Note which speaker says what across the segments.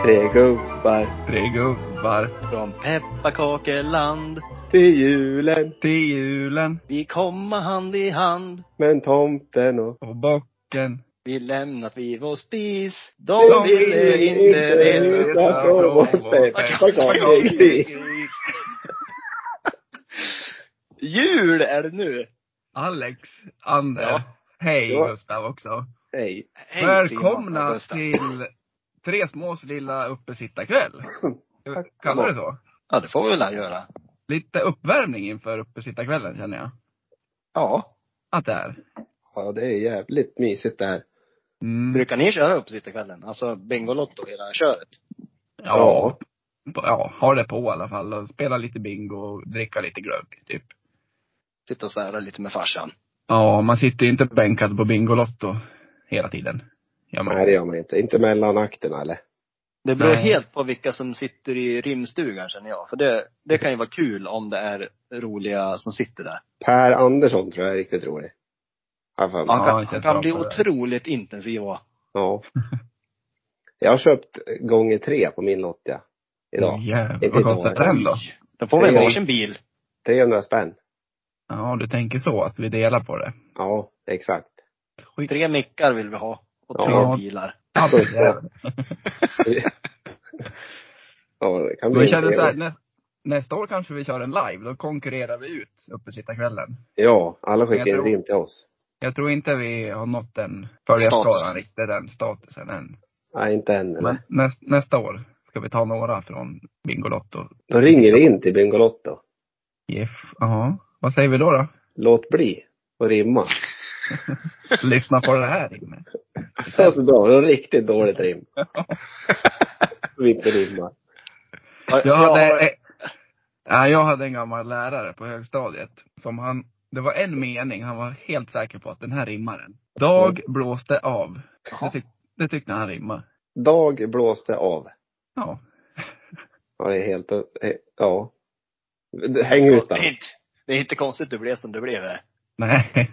Speaker 1: Tre gubbar
Speaker 2: från pepparkakeland
Speaker 3: till julen.
Speaker 2: Vi komma hand i hand.
Speaker 3: Men tomten
Speaker 1: och bocken
Speaker 2: Vi lämnat vid vår spis. De ville inte veta
Speaker 3: från vår pepparkakegris.
Speaker 2: Jul är det nu.
Speaker 1: Alex, Ander,
Speaker 2: Ja.
Speaker 1: hej
Speaker 3: Ja.
Speaker 1: Gustav också.
Speaker 3: Hej.
Speaker 1: Välkomna till Tre smås lilla uppesittarkväll. Kallar det så?
Speaker 2: Ja, det får vi väl göra.
Speaker 1: Lite uppvärmning inför uppesittarkvällen känner jag.
Speaker 2: Ja.
Speaker 1: Att det är.
Speaker 3: Ja, det är jävligt mysigt det här.
Speaker 2: Brukar ni köra uppesittarkvällen? Alltså Bingolotto hela köret?
Speaker 1: Ja, har det på i alla fall. Och spela lite bingo och dricka lite glögg, typ.
Speaker 2: Sitta och svära lite med farsan.
Speaker 1: Ja, man sitter ju inte bänkad på Bingolotto hela tiden.
Speaker 3: Nej, det gör man inte. Inte mellan akterna, eller?
Speaker 2: Det beror
Speaker 1: Nej.
Speaker 2: helt på vilka som sitter i rimstugan, känner jag. För det kan ju vara kul om det är roliga som sitter där.
Speaker 3: Per Andersson tror jag är riktigt rolig.
Speaker 2: Han kan bli otroligt intensiv.
Speaker 3: Ja. Jag har köpt gånger 3 på min lottja idag.
Speaker 1: Jävlar, vad kostar den då?
Speaker 2: Då får vi varsin bil.
Speaker 3: 300 spänn.
Speaker 1: Ja, du tänker så att vi delar på det.
Speaker 3: Ja, exakt.
Speaker 2: 3 mickar vill vi ha. Och 3
Speaker 1: Ja.
Speaker 2: bilar.
Speaker 3: Ja, det kan bli
Speaker 1: Vi känner så här, nästa år kanske vi kör en live. Då konkurrerar vi ut uppesittarkvällen.
Speaker 3: Ja, alla skickar in rim till oss.
Speaker 1: Jag tror inte vi har nått den följarskaran riktigt, den statusen än.
Speaker 3: Nej, inte än.
Speaker 1: Men nästa år ska vi ta några från Bingolotto.
Speaker 3: Då ringer vi in till Bingolotto.
Speaker 1: Jaha. Vad säger vi då?
Speaker 3: Låt bli och rimma.
Speaker 1: Lyssna på det här rimmet.
Speaker 3: Det är så bra, det är riktigt dåligt rim. Vi inte rimmar.
Speaker 1: Jag hade en gammal lärare på högstadiet som det var en mening, han var helt säker på att den här rimmaren. Dag blåste av. Det tyckte han rimmar.
Speaker 3: Dag blåste av.
Speaker 1: Ja.
Speaker 3: Ja, det är helt, ja. Häng ut då.
Speaker 2: Det är inte konstigt det blev som det blev.
Speaker 1: Nej.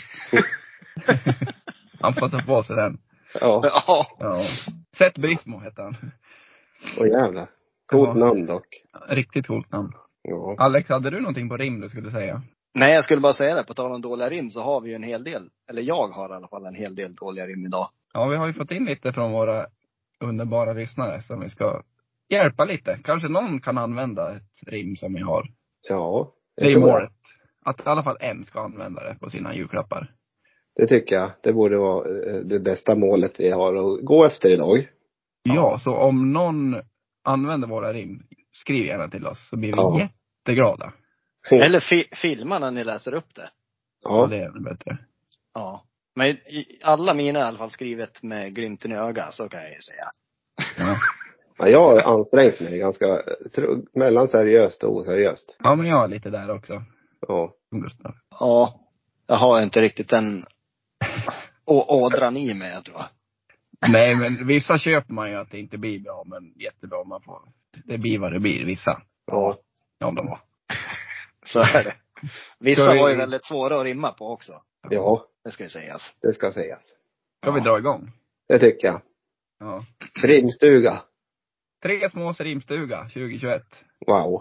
Speaker 1: Han får ta på sig den.
Speaker 3: Ja.
Speaker 1: Seth Brismo heter han.
Speaker 3: Åh jävlar. Coolt namn dock.
Speaker 1: Riktigt coolt namn.
Speaker 3: Ja.
Speaker 1: Alex, hade du någonting på rim du skulle säga?
Speaker 2: Nej, jag skulle bara säga det. På tal om dåliga rim så har vi ju en hel del. Eller jag har i alla fall en hel del dåliga rim idag.
Speaker 1: Ja, vi har ju fått in lite från våra underbara lyssnare som vi ska hjälpa lite. Kanske någon kan använda ett rim som vi har.
Speaker 3: Ja.
Speaker 1: Det är målet. Att i alla fall en ska använda det på sina julklappar.
Speaker 3: Det tycker jag. Det borde vara det bästa målet vi har att gå efter idag.
Speaker 1: Ja, så om någon använder våra rim, skriv gärna till oss så blir vi jätteglada.
Speaker 2: Eller filma när ni läser upp det.
Speaker 1: Ja, det är bättre.
Speaker 2: Ja. Men alla mina är i alla fall skrivet med glimten i ögat, så kan jag ju säga.
Speaker 3: Ja, jag har ansträngt mig ganska mellan seriöst och oseriöst.
Speaker 1: Ja, men jag är lite där också.
Speaker 3: Ja.
Speaker 1: Gustav.
Speaker 2: Ja, jag har inte riktigt den ådran i mig, jag tror.
Speaker 1: Nej, men vissa köper man ju att det inte blir bra, men jättebra man får. Det blir vad det blir, vissa.
Speaker 3: Ja.
Speaker 1: Ja, de var.
Speaker 2: Så är det. Vissa var ju väldigt svåra att rimma på också.
Speaker 3: Ja.
Speaker 2: Det ska ju sägas.
Speaker 3: Det ska sägas.
Speaker 1: Ska vi dra igång?
Speaker 3: Det tycker jag.
Speaker 1: Ja.
Speaker 3: Rimstuga.
Speaker 1: Tre smås rimstuga 2021.
Speaker 3: Wow.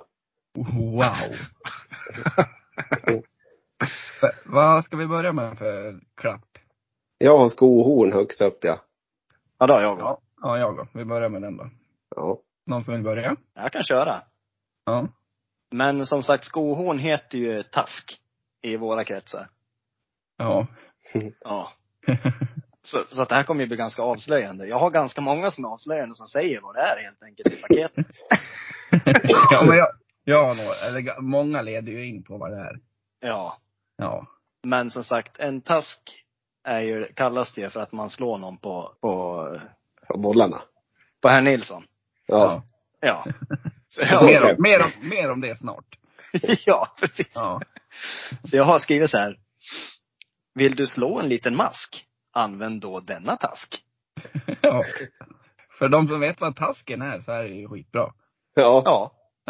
Speaker 1: Vad ska vi börja med för klapp?
Speaker 3: Jag har skohorn högst upp, ja.
Speaker 2: Ja, då har jag då.
Speaker 1: Ja, jag då. Vi börjar med den då.
Speaker 3: Ja.
Speaker 1: Någon som vill börja?
Speaker 2: Jag kan köra.
Speaker 1: Ja.
Speaker 2: Men som sagt, skohorn heter ju task i våra kretsar.
Speaker 1: Ja.
Speaker 2: Ja. Så att det här kommer ju bli ganska avslöjande. Jag har ganska många som är avslöjande som säger vad det är helt enkelt i paketet.
Speaker 1: Ja, men jag har några, eller många leder ju in på vad det är. Ja.
Speaker 2: Men som sagt, en task kallas det för att man slår någon på
Speaker 3: bollarna.
Speaker 2: På herr Nilsson.
Speaker 3: Ja.
Speaker 2: Så
Speaker 1: mer om det snart.
Speaker 2: Ja, precis.
Speaker 1: Ja.
Speaker 2: Så jag har skrivit så här: vill du slå en liten mask? Använd då denna task.
Speaker 1: Ja. För de som vet vad tasken är så är det ju skitbra.
Speaker 3: Ja.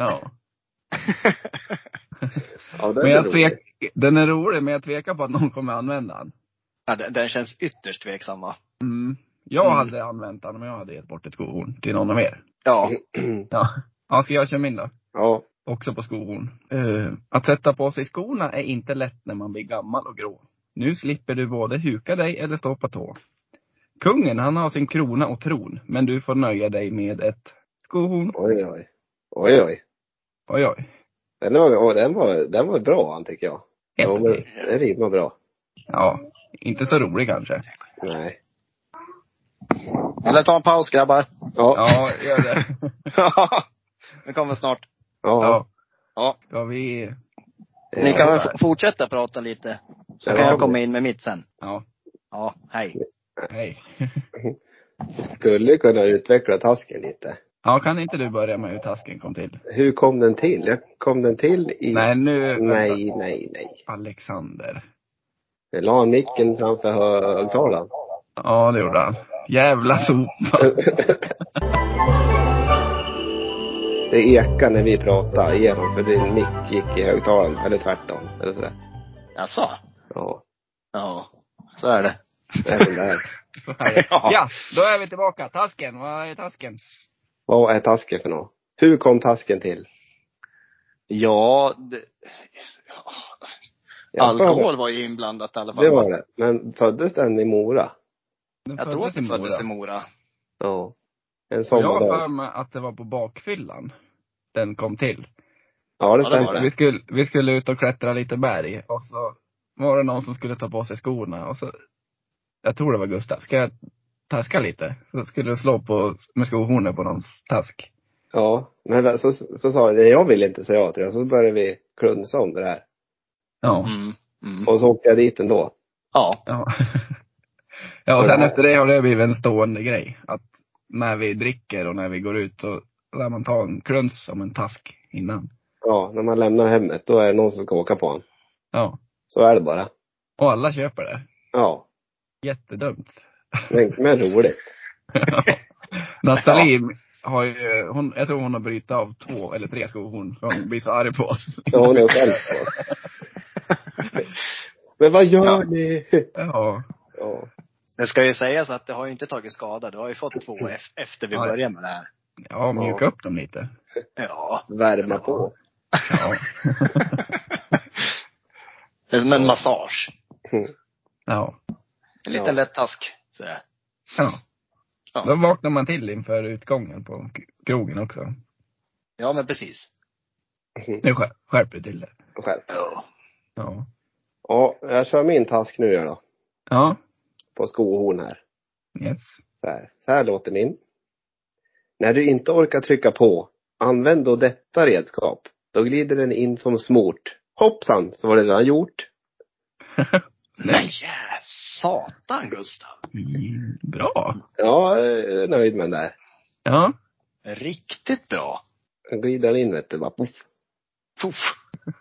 Speaker 1: Ja, den är rolig, men jag tvekar på att någon kommer använda den.
Speaker 2: Ja, den känns ytterst tveksam, va?
Speaker 1: Jag hade använt den, men jag hade gett bort ett skohorn till någon av er.
Speaker 2: Ja.
Speaker 1: Ja, ska jag köra min då?
Speaker 3: Ja.
Speaker 1: Också på skohorn. Att sätta på sig skorna är inte lätt när man blir gammal och grå. Nu slipper du både huka dig eller stå på tå. Kungen, han har sin krona och tron, men du får nöja dig med ett skohorn.
Speaker 3: Oj, oj. Oj, oj.
Speaker 1: Oj, oj.
Speaker 3: Den var bra, han tycker jag.
Speaker 1: Helt
Speaker 3: Ja, men
Speaker 1: okej.
Speaker 3: det rimmar bra.
Speaker 1: Ja, inte så rolig kanske.
Speaker 3: Nej.
Speaker 2: Eller ta en paus, grabbar.
Speaker 3: Ja.
Speaker 1: Ja, gör det.
Speaker 2: Det kommer snart.
Speaker 3: Ja.
Speaker 2: Ja.
Speaker 1: Ska vi...
Speaker 2: Ni kan väl fortsätta prata lite. Så kan jag komma in med mitt sen.
Speaker 1: Ja.
Speaker 2: Ja, hej.
Speaker 1: Hej.
Speaker 3: Skulle kunna utveckla tasken lite.
Speaker 1: Ja, kan inte du börja med hur tasken kom till?
Speaker 3: Hur kom den till? Kom den till i...
Speaker 1: Nej, nu...
Speaker 3: Nej.
Speaker 1: Alexander.
Speaker 3: Jag la han micken framför högtalaren.
Speaker 1: Ja, det gjorde han. Jävla sopa.
Speaker 3: Det ekar när vi pratar igenom, för din mick gick i högtalaren. Eller tvärtom. Eller sådär.
Speaker 2: Jaså?
Speaker 3: Ja.
Speaker 2: Ja, så är det.
Speaker 3: Även där.
Speaker 1: Ja, då är vi tillbaka. Tasken, vad är tasken?
Speaker 3: Vad är tasken för något? Hur kom tasken till?
Speaker 2: Ja, alkohol var ju inblandat i alla fall.
Speaker 3: Det var det. Men föddes den i Mora?
Speaker 2: Jag tror att den föddes i Mora.
Speaker 3: Ja. En
Speaker 1: Jag
Speaker 3: sommardag.
Speaker 1: har för mig att det var på bakfyllan den kom till.
Speaker 3: Ja, det
Speaker 2: Ja, det var
Speaker 3: stämmer.
Speaker 2: det.
Speaker 1: Vi skulle ut och klättra lite berg. Och så var det någon som skulle ta på sig skorna. Och så, jag tror det var Gustav. Ska jag taska lite? Så skulle jag slå på med skohornet på någons task.
Speaker 3: Ja, men så sa jag vill inte, så jag tror jag. Så började vi klunsa om det där.
Speaker 1: Ja.
Speaker 3: Och så åkte jag dit ändå.
Speaker 2: Ja.
Speaker 1: Ja, och sen efter det har det blivit en stående grej. Att när vi dricker och när vi går ut så lär man ta en kluns som en task innan.
Speaker 3: Ja, när man lämnar hemmet, då är det någon som ska åka på en.
Speaker 1: Ja.
Speaker 3: Så är det bara.
Speaker 1: Och alla köper det.
Speaker 3: Ja.
Speaker 1: Jättedumt.
Speaker 3: Men roligt.
Speaker 1: Nathalie har ju, jag tror hon har brytt av 2 eller 3 skohorn. För hon blir så arg på oss.
Speaker 3: Ja, hon är själv på oss. Men vad gör ni?
Speaker 1: Ja.
Speaker 2: Det ska ju sägas att det har ju inte tagit skada. Du har ju fått 2 efter vi började med det här.
Speaker 1: Ja, mjuka upp dem lite.
Speaker 2: Ja.
Speaker 3: Värma på.
Speaker 1: Ja.
Speaker 2: Det är som en massage.
Speaker 1: Ja.
Speaker 2: En liten lätt task. Så.
Speaker 1: Ja. Då vaknar man till inför utgången på krogen också.
Speaker 2: Ja, men precis.
Speaker 1: Nu skärper till det.
Speaker 2: Ja.
Speaker 1: Ja.
Speaker 3: Ja, jag kör min task nu då.
Speaker 1: Ja.
Speaker 3: På skohorn här.
Speaker 1: Yes.
Speaker 3: Så här låter min. När du inte orkar trycka på, använd då detta redskap. Då glider den in som smort. Hoppsan, så var det redan gjort.
Speaker 2: Nej, satan Gustav.
Speaker 1: Bra.
Speaker 3: Ja, jag är nöjd med den där.
Speaker 1: Ja.
Speaker 2: Riktigt bra.
Speaker 3: Den glider in, vet du, bara puff.
Speaker 2: Puff.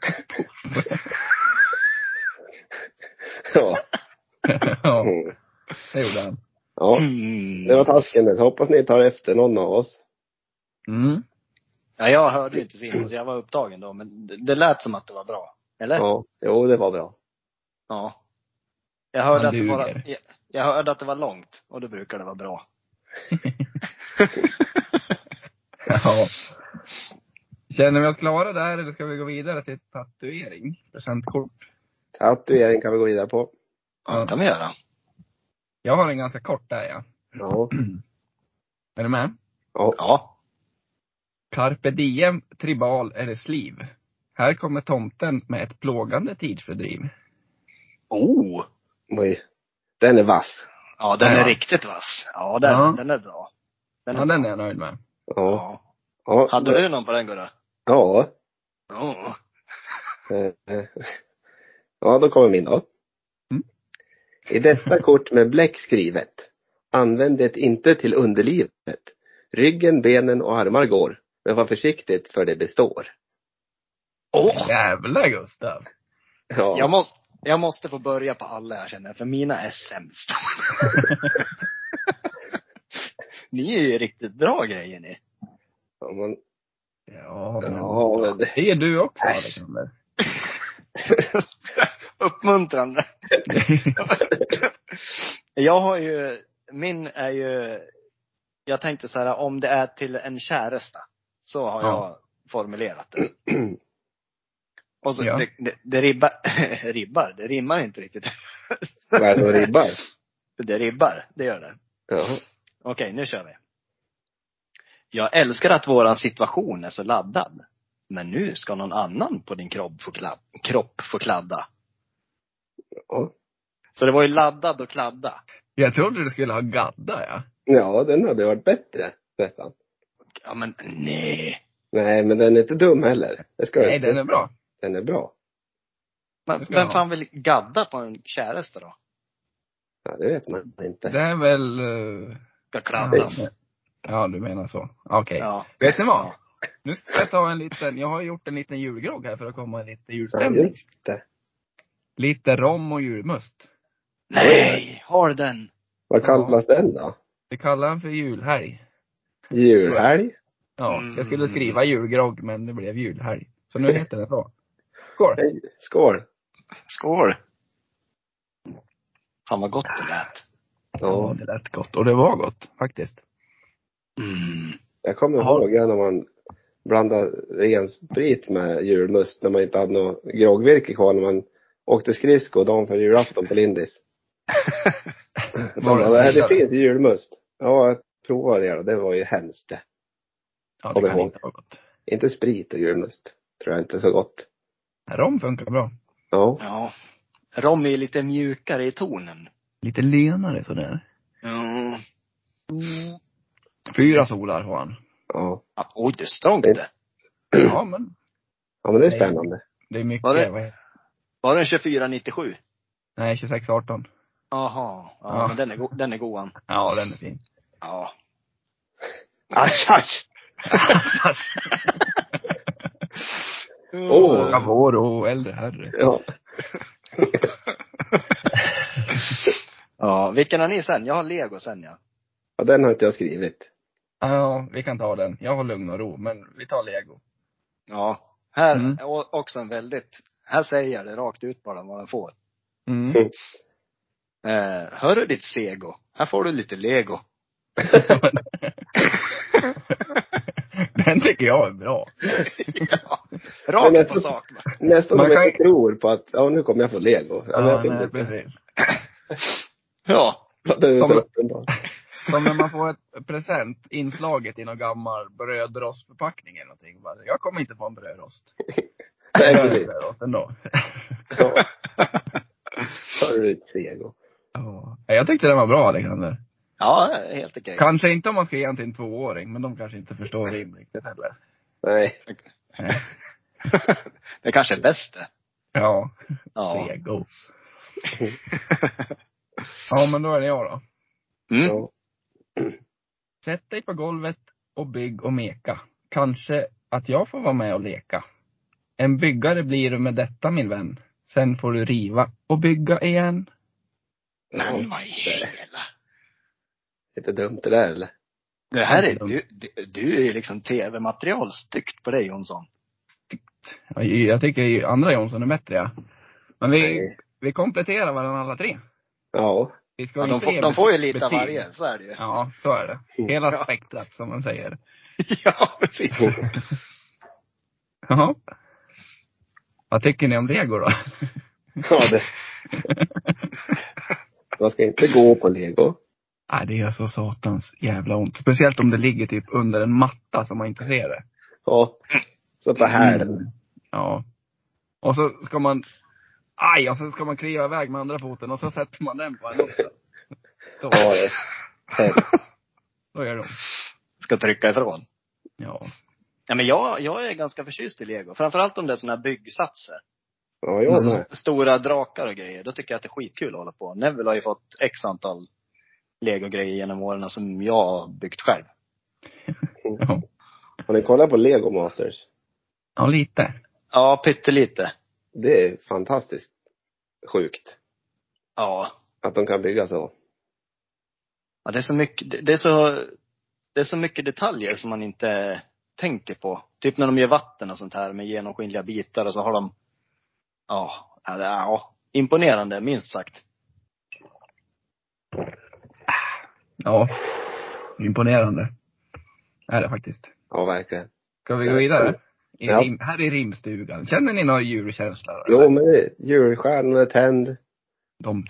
Speaker 3: Ja.
Speaker 1: Ja. Det gjorde han.
Speaker 3: Ja, det var tasken. Jag hoppas ni tar efter någon av oss.
Speaker 2: Ja, jag hörde inte sin, så jag var upptagen då. Men det lät som att det var bra. Eller?
Speaker 3: Ja, jo, det var bra.
Speaker 2: Ja. Jag hörde att det var långt. Och då brukar det vara bra.
Speaker 1: Ja. Känner vi oss klara där, eller ska vi gå vidare till tatuering? Presentkort.
Speaker 3: Tatuering kan vi gå vidare på.
Speaker 2: Ja, det kan vi göra.
Speaker 1: Jag har en ganska kort där, ja.
Speaker 3: Ja.
Speaker 1: Är du med?
Speaker 2: Ja.
Speaker 1: Carpe diem, tribal eller sliv. Här kommer tomten med ett plågande tidsfördriv.
Speaker 2: Oh!
Speaker 3: Oj. Den är vass.
Speaker 2: Ja, den är riktigt vass. Ja, den är bra.
Speaker 1: Den är jag nöjd med.
Speaker 3: Ja.
Speaker 2: Hade du någon på den, Gurra?
Speaker 3: Ja.
Speaker 2: Ja.
Speaker 3: Ja, då kommer min då. I detta kort med bläck skrivet. Använd det inte till underlivet. Ryggen, benen och armar går. Men var försiktigt, för det består.
Speaker 1: Jävla Gustav.
Speaker 3: Ja.
Speaker 2: Jag måste få börja på alla här, känner jag. För mina är sämst. Ni är ju riktigt bra grejer, ni.
Speaker 3: Ja, men...
Speaker 1: Ja, det är du också, Alexander.
Speaker 2: Uppmuntrande. Jag har ju, min är ju Jag tänkte så här, om det är till en käresta. Så har jag formulerat det. Och så, det ribbar. Det rimmar inte riktigt.
Speaker 3: Vad är det ribbar?
Speaker 2: Det ribbar, det gör det.
Speaker 3: Ja.
Speaker 2: Okej, nu kör vi. Jag älskar att våran situation är så laddad. Men nu ska någon annan på din kropp få kladda.
Speaker 3: Ja.
Speaker 2: Så det var ju laddad och kladda.
Speaker 1: Jag trodde du skulle ha gadda, ja.
Speaker 3: Ja, den hade varit bättre nästan.
Speaker 2: Ja, men nej.
Speaker 3: Nej, men den är inte dum heller.
Speaker 1: Nej, den är bra.
Speaker 3: Den är bra.
Speaker 2: Men vem fan vill gadda på en käresta då?
Speaker 3: Ja, det vet man inte.
Speaker 1: Det är väl...
Speaker 2: Ska kladdas.
Speaker 1: Ja, du menar så. Okej.
Speaker 2: Ja.
Speaker 1: Vet ni vad?
Speaker 2: Ja.
Speaker 1: Nu ska jag ta en liten... Jag har gjort en liten julgrogg här för att komma i lite
Speaker 3: Ja,
Speaker 1: julstämning.
Speaker 3: just det.
Speaker 1: Lite rom och julmust.
Speaker 2: Nej, har den.
Speaker 3: Vad kallas den då?
Speaker 1: Vi kallar den för julhelg.
Speaker 3: Julhelg?
Speaker 1: Ja, jag skulle skriva julgrogg men det blev julhelg. Så nu heter det så. Skål!
Speaker 3: Hej. Skål!
Speaker 2: Skål. Fan vad gott det lät.
Speaker 1: Ja, det lät gott. Och det var gott, faktiskt.
Speaker 3: Jag kommer ihåg när man blandade ren sprit med julmust när man inte hade något groggvirke kvar när man åkte skridsko dagen för julafton på Lindis. Det finns julmust. Ja, jag provade det och det var ju hemskt det.
Speaker 1: Ja, det kan inte vara gott.
Speaker 3: Inte sprit och julmust. Tror jag inte är så gott.
Speaker 1: Rom funkar bra.
Speaker 3: Ja.
Speaker 2: Ja. Rom är lite mjukare i tonen.
Speaker 1: Lite lenare sådär.
Speaker 2: Mm.
Speaker 1: 4 solar har han.
Speaker 3: Ja.
Speaker 2: Oj, det är strångt det.
Speaker 1: Ja, men
Speaker 3: Det är spännande.
Speaker 1: det är mycket.
Speaker 2: Var det 2497?
Speaker 1: Nej, 2618.
Speaker 2: Jaha. Ja, men den är god.
Speaker 1: Ja, den är fin.
Speaker 2: Ja. Aj.
Speaker 1: Vår och äldre herre.
Speaker 3: Ja.
Speaker 2: Ja, vilken har ni sen? Jag har Lego sen, ja.
Speaker 3: Ja, den har inte jag skrivit.
Speaker 1: Ja, vi kan ta den. Jag har lugn och ro, men vi tar Lego.
Speaker 2: Ja. Här också en väldigt, här säger jag det rakt ut bara vad jag får. Hör du ditt sego? Här får du lite Lego.
Speaker 1: Den tycker jag är bra.
Speaker 2: Ja, rakt på sak.
Speaker 3: Nästan som jag tror på att, nu kommer jag få Lego.
Speaker 1: Nej, precis.
Speaker 2: Ja.
Speaker 3: Det är så uppenbart.
Speaker 1: Som när man får ett present inslaget i någon gammal brödrostförpackning eller någonting. Jag kommer inte få en brödrost. Brödrost ändå.
Speaker 3: Ja. Hör du ditt sego?
Speaker 1: Ja. Jag tyckte den var bra, Alexander.
Speaker 2: Ja, helt okej.
Speaker 1: Kanske inte om man ska ge en till en 2-åring, men de kanske inte förstår rimligt heller.
Speaker 3: Nej.
Speaker 2: Det kanske är bäst det.
Speaker 1: Ja. Sego. Ja, men då är det jag då.
Speaker 3: Ja.
Speaker 1: Sätt dig på golvet och bygg och meka. Kanske att jag får vara med och leka. En byggare blir du med detta, min vän. Sen får du riva och bygga igen.
Speaker 2: Men vad hela.
Speaker 3: Inte dumt det där, eller?
Speaker 2: Det här är, du är liksom tv-material styckt på dig, Jonsson.
Speaker 1: Jag tycker ju andra Jonsson är bättre, ja. Men vi kompletterar varandra alla tre.
Speaker 3: Ja.
Speaker 1: Vi ska
Speaker 2: de får ju lite av varje, så är det ju.
Speaker 1: Ja, så är det. Hela spektrat, som man säger.
Speaker 2: Ja, precis.
Speaker 1: Jaha. Vad tycker ni om Lego då?
Speaker 3: Ja, det. Man ska inte gå på Lego.
Speaker 1: Nej, det är så satans jävla ont. Speciellt om det ligger typ under en matta som man inte ser det.
Speaker 3: Ja. Så på här.
Speaker 1: Ja. Och så ska man... och så ska man kliva iväg med andra foten och så sätter man den på en också. Så.
Speaker 3: Ja, det.
Speaker 2: Då gör de. Ska trycka ifrån.
Speaker 1: Ja.
Speaker 2: Ja, men jag är ganska förtjust i Lego. Framförallt om det är såna här byggsatser.
Speaker 3: Ja, jag med.
Speaker 2: Stora drakar och grejer. Då tycker jag att det är skitkul att hålla på. Neville har ju fått x antal Lego-grejer genom åren som jag har byggt själv.
Speaker 1: Ja.
Speaker 3: Har ni kollat på Lego Masters?
Speaker 1: Ja, lite.
Speaker 2: Ja, pyttelite.
Speaker 3: Det är fantastiskt sjukt.
Speaker 2: Ja.
Speaker 3: Att de kan bygga så.
Speaker 2: Ja, det är så mycket, det är så mycket detaljer som man inte tänker på. Typ när de gör vatten och sånt här med genomskinliga bitar och så har de, imponerande minst sagt.
Speaker 1: Ja. Imponerande. Är det faktiskt.
Speaker 3: Ja, verkligen.
Speaker 1: Ska vi gå vidare?
Speaker 3: Ja.
Speaker 1: Här i rimstugan. Känner ni några julkänslor?
Speaker 3: Jo, men julstjärnan är tänd.
Speaker 1: Dom.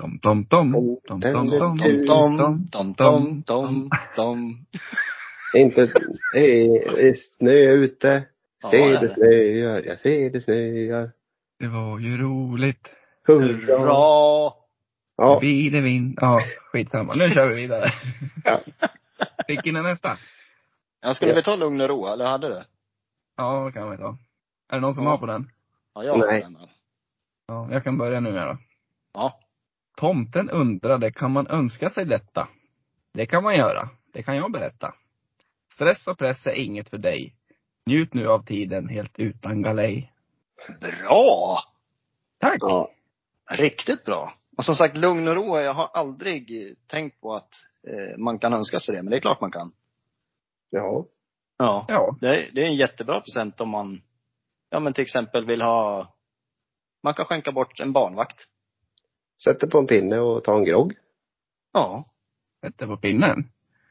Speaker 3: Inte är snö ute.
Speaker 2: Ja,
Speaker 3: Ser det snöar, jag ser det snöar.
Speaker 1: Det var ju roligt.
Speaker 3: Hurra. Ja.
Speaker 1: Blir det vind? Ja, skitsamma. Nu kör vi vidare.
Speaker 3: Ja.
Speaker 1: Fick in en nästa.
Speaker 2: Ja, skulle vi ta lugn och ro, eller hade det?
Speaker 1: Ja, kan vi ta. Är det någon som har på den?
Speaker 2: Ja, jag har den.
Speaker 1: Ja, jag kan börja nu då.
Speaker 2: Ja.
Speaker 1: Tomten undrade, kan man önska sig detta? Det kan man göra. Det kan jag berätta. Stress och press är inget för dig. Njut nu av tiden helt utan galej.
Speaker 2: Bra!
Speaker 1: Tack!
Speaker 3: Ja.
Speaker 2: Riktigt bra. Och som sagt, lugn och ro. Jag har aldrig tänkt på att man kan önska sig det. Men det är klart man kan.
Speaker 3: Ja.
Speaker 2: Ja. Det är en jättebra present om man, ja men till exempel vill ha, man kan skänka bort en barnvakt.
Speaker 3: Sätter på en pinne och tar en grogg.
Speaker 2: Ja.
Speaker 1: Sätter på pinnen.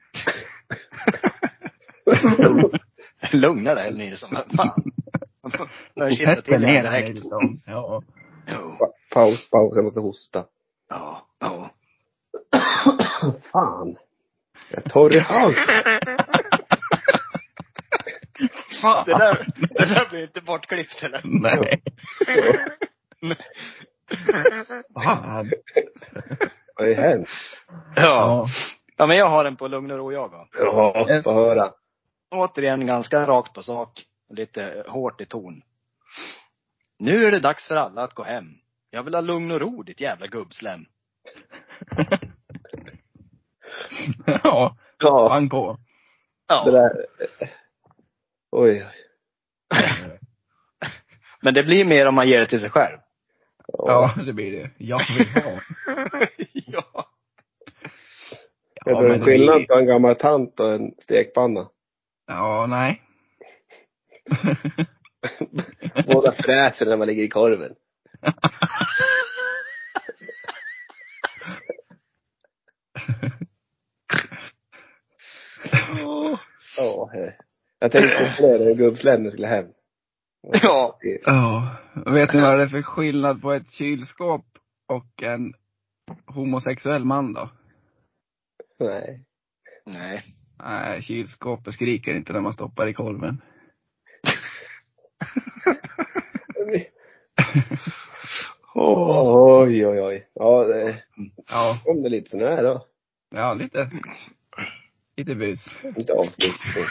Speaker 2: Lugna dig, ni som fan.
Speaker 1: Och sätter ner dig liksom. Ja.
Speaker 3: Paus, jag måste hosta.
Speaker 2: Ja.
Speaker 3: Fan. Jag är torr i halsen.
Speaker 2: Det där blir inte bortklippt eller?
Speaker 1: Nej. Fan.
Speaker 3: Vad är hemskt?
Speaker 2: Ja, men jag har den på lugn och ro jag då.
Speaker 3: Ja, få höra.
Speaker 2: Återigen ganska rakt på sak. Lite hårt i ton. Nu är det dags för alla att gå hem. Jag vill ha lugn och ro, ditt jävla gubbslem.
Speaker 1: Ja. Pang på.
Speaker 2: Ja.
Speaker 3: Det där. Oj.
Speaker 2: Men det blir mer om man ger det till sig själv.
Speaker 1: Ja, det blir det. Jag vill ha.
Speaker 2: Ja.
Speaker 3: Jag tror en skillnad på en gammal tant och en stekpanna.
Speaker 1: Ja, nej.
Speaker 3: Båda fräser när man ligger i korven. Jag tänkte på det, gubbslämmen skulle hem.
Speaker 2: Ja.
Speaker 1: Ja. Vet ni vad det är för skillnad på ett kylskåp och en homosexuell man då?
Speaker 3: Nej.
Speaker 1: Nej, kylskåpet skriker inte när man stoppar i kolven.
Speaker 3: Oj. Ja,
Speaker 1: ja.
Speaker 3: Om det lite sån här då.
Speaker 1: Ja, lite bus.
Speaker 3: Inte avslutning.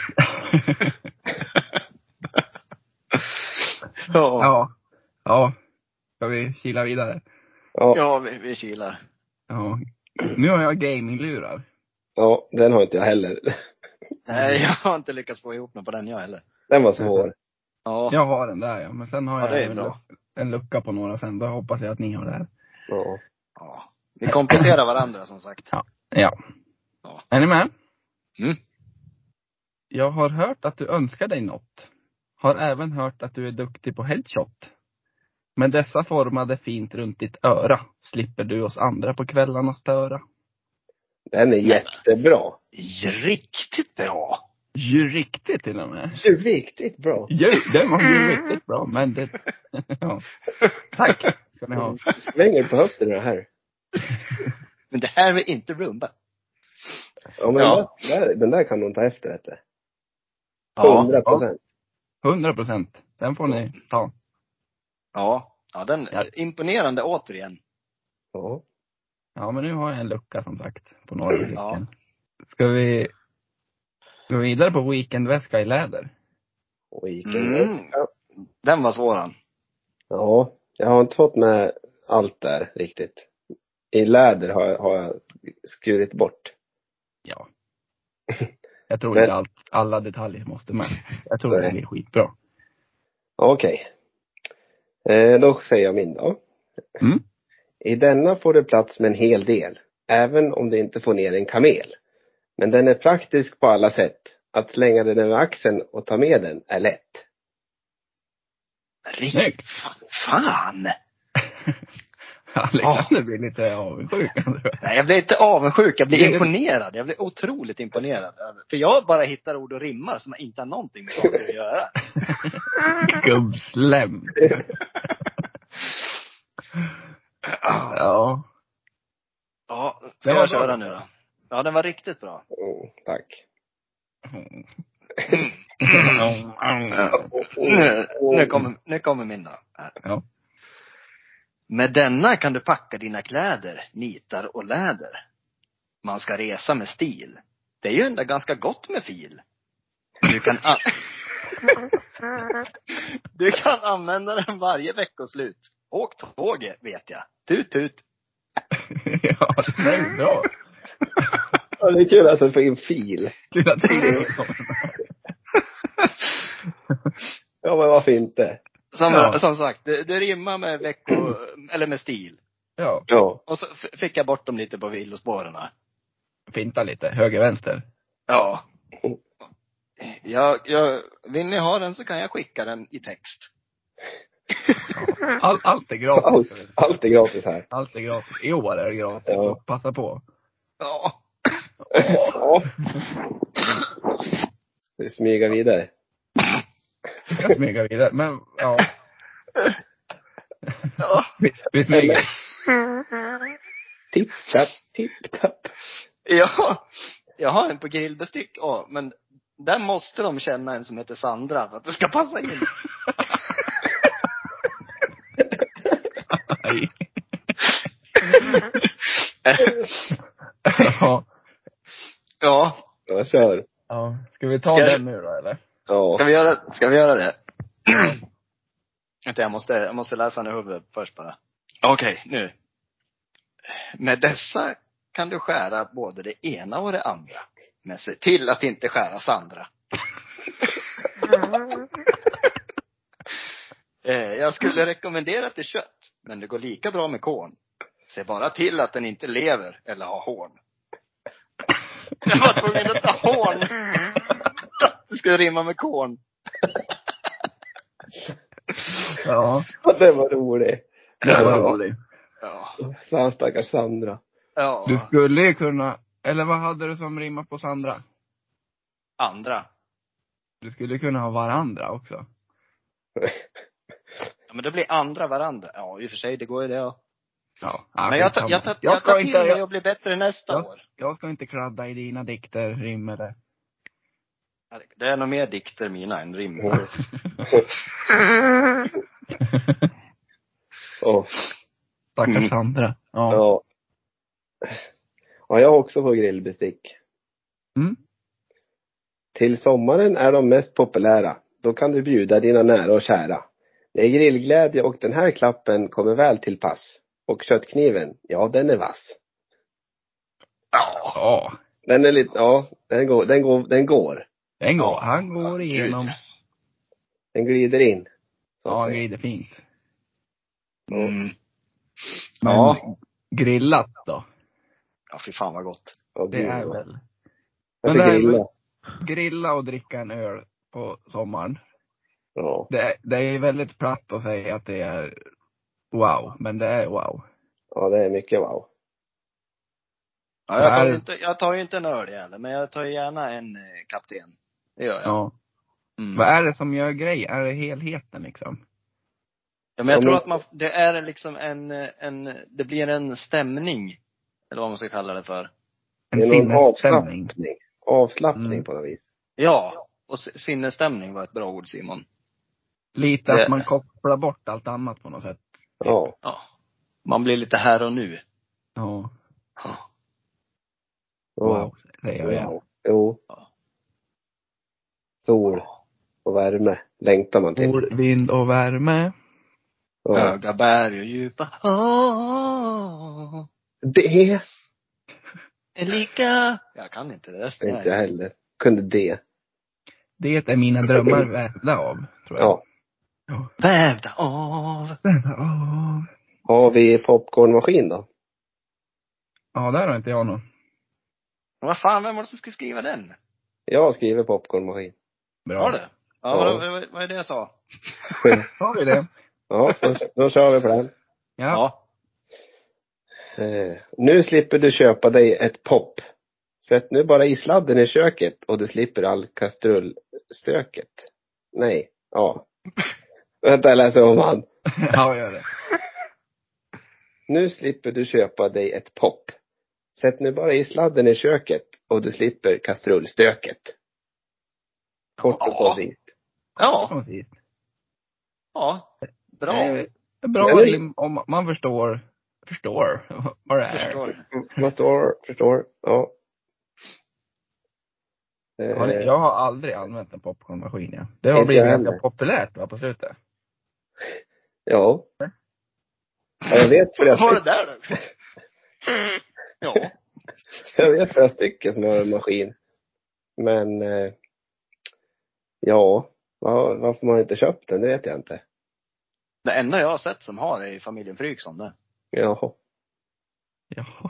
Speaker 1: Ja. Ska vi kila vidare?
Speaker 2: Ja, vi kilar.
Speaker 1: Ja. Nu har jag gaminglurar.
Speaker 3: Ja, den har inte jag heller.
Speaker 2: Nej, jag har inte lyckats få ihop mig på den jag heller.
Speaker 3: Den var svår.
Speaker 2: Ja.
Speaker 1: Jag har den där, ja. Men sen har jag en lucka på några sen. Då hoppas jag att ni har det här.
Speaker 2: Ja. Vi kompletterar varandra som sagt.
Speaker 1: Ja. Är ni med?
Speaker 2: Mm.
Speaker 1: Jag har hört att du önskar dig något. Har även hört att du är duktig på headshot. Men dessa formade fint runt ditt öra. Slipper du oss andra på kvällarna störa.
Speaker 3: Den är jättebra.
Speaker 2: Riktigt bra.
Speaker 1: Ju riktigt till och med.
Speaker 3: Ju riktigt bra.
Speaker 1: Den var ju riktigt bra. Men det... Ja. Tack. Ska ni ha.
Speaker 3: Svänger på höfterna här.
Speaker 2: Men det här är inte rumba.
Speaker 3: Ja, men den där kan de ta efter detta. 100%.
Speaker 1: 100%. Den får ni ta.
Speaker 2: Ja, den är imponerande återigen.
Speaker 1: Ja, men nu har jag en lucka som sagt på några stycken. Ska vi gå vidare på weekendväska i läder?
Speaker 3: Weekendväska.
Speaker 2: Den var svåran.
Speaker 3: Ja, jag har inte fått med allt där riktigt. I läder har jag skurit bort.
Speaker 1: Ja. Jag tror inte alla detaljer måste med. Jag tror det blir skitbra.
Speaker 3: Okej. Då säger jag min då.
Speaker 1: Mm.
Speaker 3: I denna får det plats med en hel del. Även om du inte får ner en kamel. Men den är praktisk på alla sätt. Att slänga den över axeln och ta med den är lätt.
Speaker 2: Riktigt. Fan.
Speaker 1: Alexander blir lite avundsjuk.
Speaker 2: Nej, jag blir inte avundsjuk. Jag blir imponerad. Jag blir otroligt imponerad. För jag bara hittar ord och rimmar som inte har någonting med saker att göra.
Speaker 1: Gubbslem. Ja.
Speaker 2: Ja, ska jag köra nu då? Ja, den var riktigt bra.
Speaker 3: Tack.
Speaker 2: Nu kommer min då.
Speaker 1: Ja.
Speaker 2: Med denna kan du packa dina kläder, nitar och läder. Man ska resa med stil. Det är ju ändå ganska gott med fil. Du kan använda den varje veckoslut. Åk tåget, vet jag. Tut, tut.
Speaker 1: Ja, det är bra.
Speaker 3: Ja, det är kul att få in fil.
Speaker 1: Kul att det
Speaker 3: Ja, men varför inte?
Speaker 2: Som sagt, det rimmar med eller med stil.
Speaker 1: Ja.
Speaker 2: Och så fick jag bort dem lite på villospåren.
Speaker 1: Finta lite, höger, vänster.
Speaker 2: Ja. Vill ni ha den så kan jag skicka den i text.
Speaker 1: Ja. Allt är gratis.
Speaker 3: Allt är gratis här.
Speaker 1: Allt är gratis. I år är det gratis.
Speaker 3: Ja.
Speaker 1: Passa på.
Speaker 2: Ja.
Speaker 3: Ja. Vi smyga vidare.
Speaker 1: Jag smyga vidare. Men, ja.
Speaker 2: Ja.
Speaker 1: Vi smyger.
Speaker 3: Tipp-tapp, tipp-tapp.
Speaker 2: Ja. Jag har en på grillbestick. Ja, men där måste de känna en som heter Sandra för att det ska passa in.
Speaker 1: Nej.
Speaker 2: Ja. Ja.
Speaker 3: Jag kör.
Speaker 1: Ja. Ska vi ta den nu då, eller?
Speaker 3: Ja.
Speaker 2: Ska vi göra det? Jag måste läsa den i huvudet först bara. Okej, nu. Med dessa kan du skära både det ena och det andra. Men se till att inte skära Sandra. Jag skulle rekommendera till kött. Men det går lika bra med korn. Se bara till att den inte lever eller har horn. Jag var tvungen att ta horn. Det ska rimma med korn.
Speaker 1: Ja.
Speaker 3: Det var roligt.
Speaker 1: Det var roligt.
Speaker 2: Ja.
Speaker 3: Stackars Sandra.
Speaker 2: Ja.
Speaker 1: Du skulle ju kunna, eller vad hade du som rimmar på Sandra?
Speaker 2: Andra.
Speaker 1: Du skulle kunna ha varandra också.
Speaker 2: Ja, men det blir andra varandra. Ja, i och för sig, det går ju det. Ja.
Speaker 1: Ja,
Speaker 2: Men jag tar till mig och blir bättre nästa år.
Speaker 1: Jag ska inte kladda i dina dikter, rim eller.
Speaker 2: Det är nog mer dikter mina än rim.
Speaker 1: Stackars Sandra.
Speaker 3: Ja. Ja, jag har också på grillbestick. Till sommaren är de mest populära. Då kan du bjuda dina nära och kära. Det är grillglädje och den här klappen kommer väl till pass. Och köttkniven, ja, den är vass.
Speaker 1: Ja.
Speaker 3: Den är lite, ja, den går.
Speaker 1: Han går igenom.
Speaker 3: Den glider in.
Speaker 1: Ja, han glider fint.
Speaker 2: Mm.
Speaker 1: Men grillat då?
Speaker 2: Ja, fy fan vad gott.
Speaker 3: Ja,
Speaker 1: det är väl.
Speaker 3: Men det är
Speaker 1: grilla och dricka en öl på sommaren.
Speaker 3: Ja.
Speaker 1: Det är väldigt platt att säga att det är wow, men det är wow.
Speaker 3: Ja, det är mycket wow.
Speaker 2: Ja, jag tar ju inte en öl heller, men jag tar gärna en kapten. Det gör jag.
Speaker 1: Ja. Vad är det som gör grej? Är det helheten liksom?
Speaker 2: Ja, men jag tror att det är liksom det blir en stämning. Eller vad man ska kalla det för.
Speaker 1: En sinnesstämning.
Speaker 3: Avslappning på något vis.
Speaker 2: Ja, och sinnesstämning var ett bra ord, Simon.
Speaker 1: Lite att man kopplar bort allt annat på något sätt.
Speaker 3: Ja.
Speaker 2: Ja. Man blir lite här och nu.
Speaker 1: Ja.
Speaker 3: Wow,
Speaker 1: det gör jag.
Speaker 3: Jo. Sol och värme längtar man till.
Speaker 1: Sol, vind och värme.
Speaker 3: Ja.
Speaker 2: Höga berg och djupa.
Speaker 3: Det
Speaker 2: är lika. Jag kan inte det.
Speaker 3: Inte jag heller. Kunde det.
Speaker 1: Det är mina drömmar vävda av, tror jag.
Speaker 2: Ja. Vävda av.
Speaker 3: Har vi popcornmaskin då?
Speaker 1: Ja, där har inte jag någon.
Speaker 2: Vad fan, vem var det som ska skriva den?
Speaker 3: Jag skriver popcornmaskin.
Speaker 1: Bra.
Speaker 2: Har du? Ja. Vad är det jag sa?
Speaker 1: Har vi det?
Speaker 3: Ja, då kör vi på den.
Speaker 1: Ja.
Speaker 3: Nu slipper du köpa dig ett pop. Sätt nu bara i sladden i köket och du slipper all kastrullstöket. Nej, ja. Vänta, jag läser om han.
Speaker 1: Ja, gör det.
Speaker 3: Nu slipper du köpa dig ett pop. Sätt nu bara i sladden i köket och du slipper kastrullstöket. Kort och koncist.
Speaker 2: Ja.
Speaker 1: Precis.
Speaker 2: Ja. Bra.
Speaker 1: Det är bra rim om man förstår vad det är.
Speaker 3: Förstår. Ja.
Speaker 1: Jag har aldrig använt en popcornmaskin. Ja. Det har
Speaker 3: Inte
Speaker 1: blivit
Speaker 3: jag
Speaker 1: ganska
Speaker 3: heller.
Speaker 1: populärt, va, på slutet.
Speaker 3: Ja. Jag vet för
Speaker 2: Vad var det
Speaker 3: jag
Speaker 2: där då? Ja.
Speaker 3: Jag vet flera stycken som har en maskin. Men ja, varför man inte köpt den, det vet jag inte.
Speaker 2: Det enda jag har sett som har är familjen Fryksson det.
Speaker 3: Jaha.
Speaker 1: Jaha.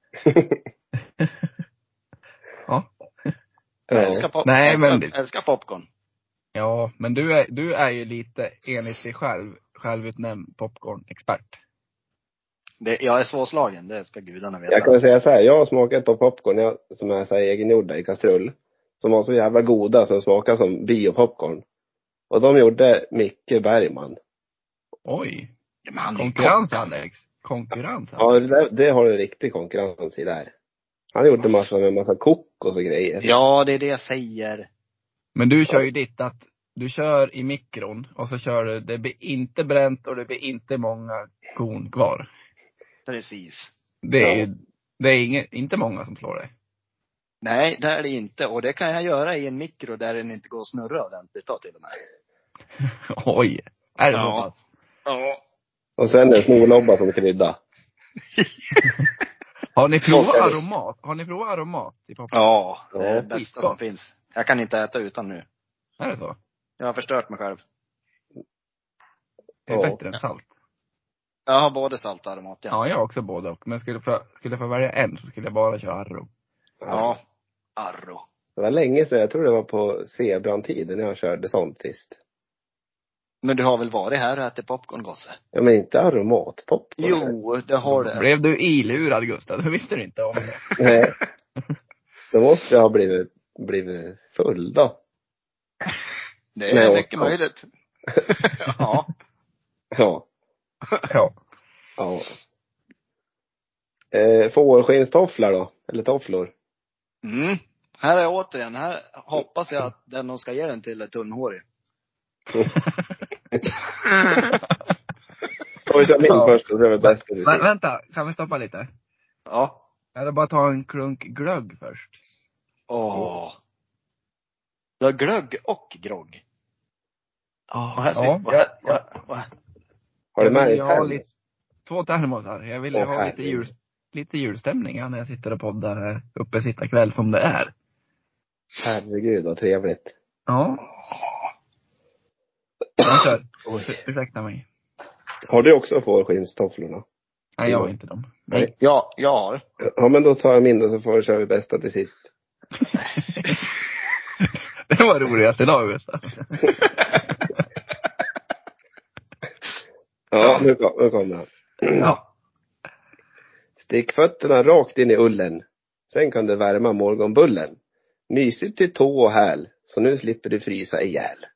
Speaker 1: Ja.
Speaker 2: Jag älskar
Speaker 1: Nej, men
Speaker 2: älskar popcorn.
Speaker 1: Ja, men du är ju lite enligt dig självutnämnd popcornexpert.
Speaker 2: Jag är svårslagen, det ska gudarna veta.
Speaker 3: Jag kan säga så här, jag har smakat på popcorn som är så här egengjorda i kastrull. Som var så jävla goda som smakar som biopopcorn. Och de gjorde Micke Bergman.
Speaker 1: Oj.
Speaker 2: Ja, men han är
Speaker 1: Konkurrens,
Speaker 2: kock.
Speaker 1: Alex. Konkurrens.
Speaker 3: Ja, det har en riktig konkurrens i där. Han gjorde massa kokos och grejer.
Speaker 2: Ja, det är det jag säger.
Speaker 1: Men du kör ju ditt att du kör i mikron och så kör du, det blir inte bränt och det blir inte många korn kvar.
Speaker 2: Precis.
Speaker 1: Det är inte många som slår dig.
Speaker 2: Nej, det är det inte. Och det kan jag göra i en mikro där den inte går att snurra ordentligt då, till och med.
Speaker 1: Oj. Är det så
Speaker 2: Ja.
Speaker 1: pass?
Speaker 2: Ja.
Speaker 3: Och sen en snorlobba som krydda.
Speaker 1: Har ni provat aromat? Har ni provat aromat i popcorn?
Speaker 2: Ja, det är det
Speaker 1: Ja.
Speaker 2: bästa som finns. Jag kan inte äta utan nu.
Speaker 1: Är det så?
Speaker 2: Jag har förstört mig själv.
Speaker 1: Det är bättre än salt.
Speaker 2: Jag har både salt och aromat, ja.
Speaker 1: Ja, jag har också både. Men skulle jag få välja en så skulle jag bara köra arro.
Speaker 2: Ja. Arro.
Speaker 3: Det var länge sedan, jag tror det var på Zebran-tiden när jag körde sånt sist.
Speaker 2: Men du har väl varit här och ätit popcorn, gosse?
Speaker 3: Ja, men inte aromat, popcorn.
Speaker 2: Jo, det har det.
Speaker 1: Blev du ilurad, Gustav? Det visste du inte om det.
Speaker 3: Nej. Då måste jag ha blivit full då.
Speaker 2: Det är mycket möjligt.
Speaker 3: Ja.
Speaker 1: Ja.
Speaker 3: Ja. Fårskinnstofflar då? Eller tofflor?
Speaker 2: Mm. Här är återigen, här hoppas jag att den de ska ge den till är tunnhårig.
Speaker 3: Får vi köra min först och det är väl bäst.
Speaker 1: Vänta, kan vi stoppa lite?
Speaker 2: Ja.
Speaker 1: Jag hade bara ta en klunk glögg först.
Speaker 2: Du har glögg och grogg.
Speaker 1: Ja.
Speaker 3: Har du med dig
Speaker 1: termos? 2 termosar. Jag ville ha lite julstämning när jag sitter och poddar här uppe sitta kväll som det är.
Speaker 3: Herregud vad trevligt.
Speaker 1: Ja. Jag kör. Ursäkta mig.
Speaker 3: Har du också fårskinnstofflorna?
Speaker 1: Nej, jag har inte dem.
Speaker 3: Nej.
Speaker 2: Ja, jag har.
Speaker 3: Ja, men då tar jag min och så får vi köra bästa till sist.
Speaker 1: Det var roligast idag, Gustav.
Speaker 3: Ja, nu kommer han.
Speaker 1: Ja.
Speaker 3: Stick fötterna rakt in i ullen. Sen kan du värma morgonbullen. Mysigt till tå och häl. Så nu slipper du frysa ihjäl.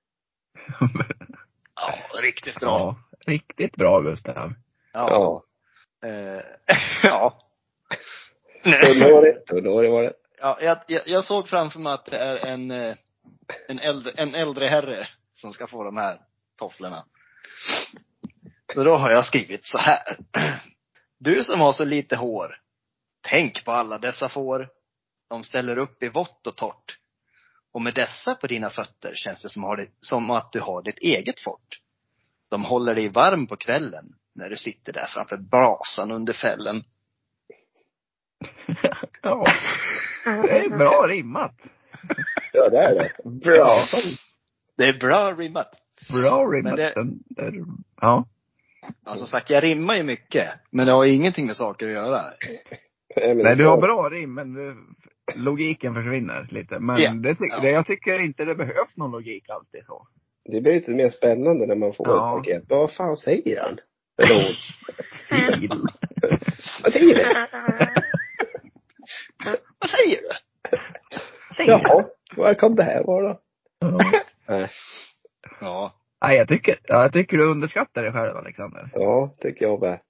Speaker 2: Ja, riktigt bra.
Speaker 1: Ja, riktigt bra, Gustav.
Speaker 3: Ja.
Speaker 2: Ja.
Speaker 3: Tunnhårig var det.
Speaker 2: Ja, jag såg framför mig att det är en äldre herre som ska få de här tofflorna. Så då har jag skrivit så här. Du som har så lite hår, tänk på alla dessa får. De ställer upp i vått och torrt. Och med dessa på dina fötter känns det som att du har ditt eget fort. De håller dig varm på kvällen när du sitter där framför brasan under fällen.
Speaker 1: Ja, det är bra rimmat.
Speaker 3: Ja, det är det. Bra.
Speaker 2: Det är bra rimmat.
Speaker 1: Bra rimmat. Ja.
Speaker 2: Alltså sagt, jag rimmar ju mycket. Men det har ju ingenting med saker att göra.
Speaker 1: Nej, du har bra rim, men logiken försvinner lite. Men jag tycker inte det behövs någon logik alltid så.
Speaker 3: Det blir lite mer spännande när man får ett paket. Vad fan säger han? Vad säger du?
Speaker 2: Vad säger du?
Speaker 3: Ja, vad kan det här vara då? Nej.
Speaker 2: Ja.
Speaker 1: Nej, jag tycker du underskattar dig själv, Alexander.
Speaker 3: Ja, tycker jag med.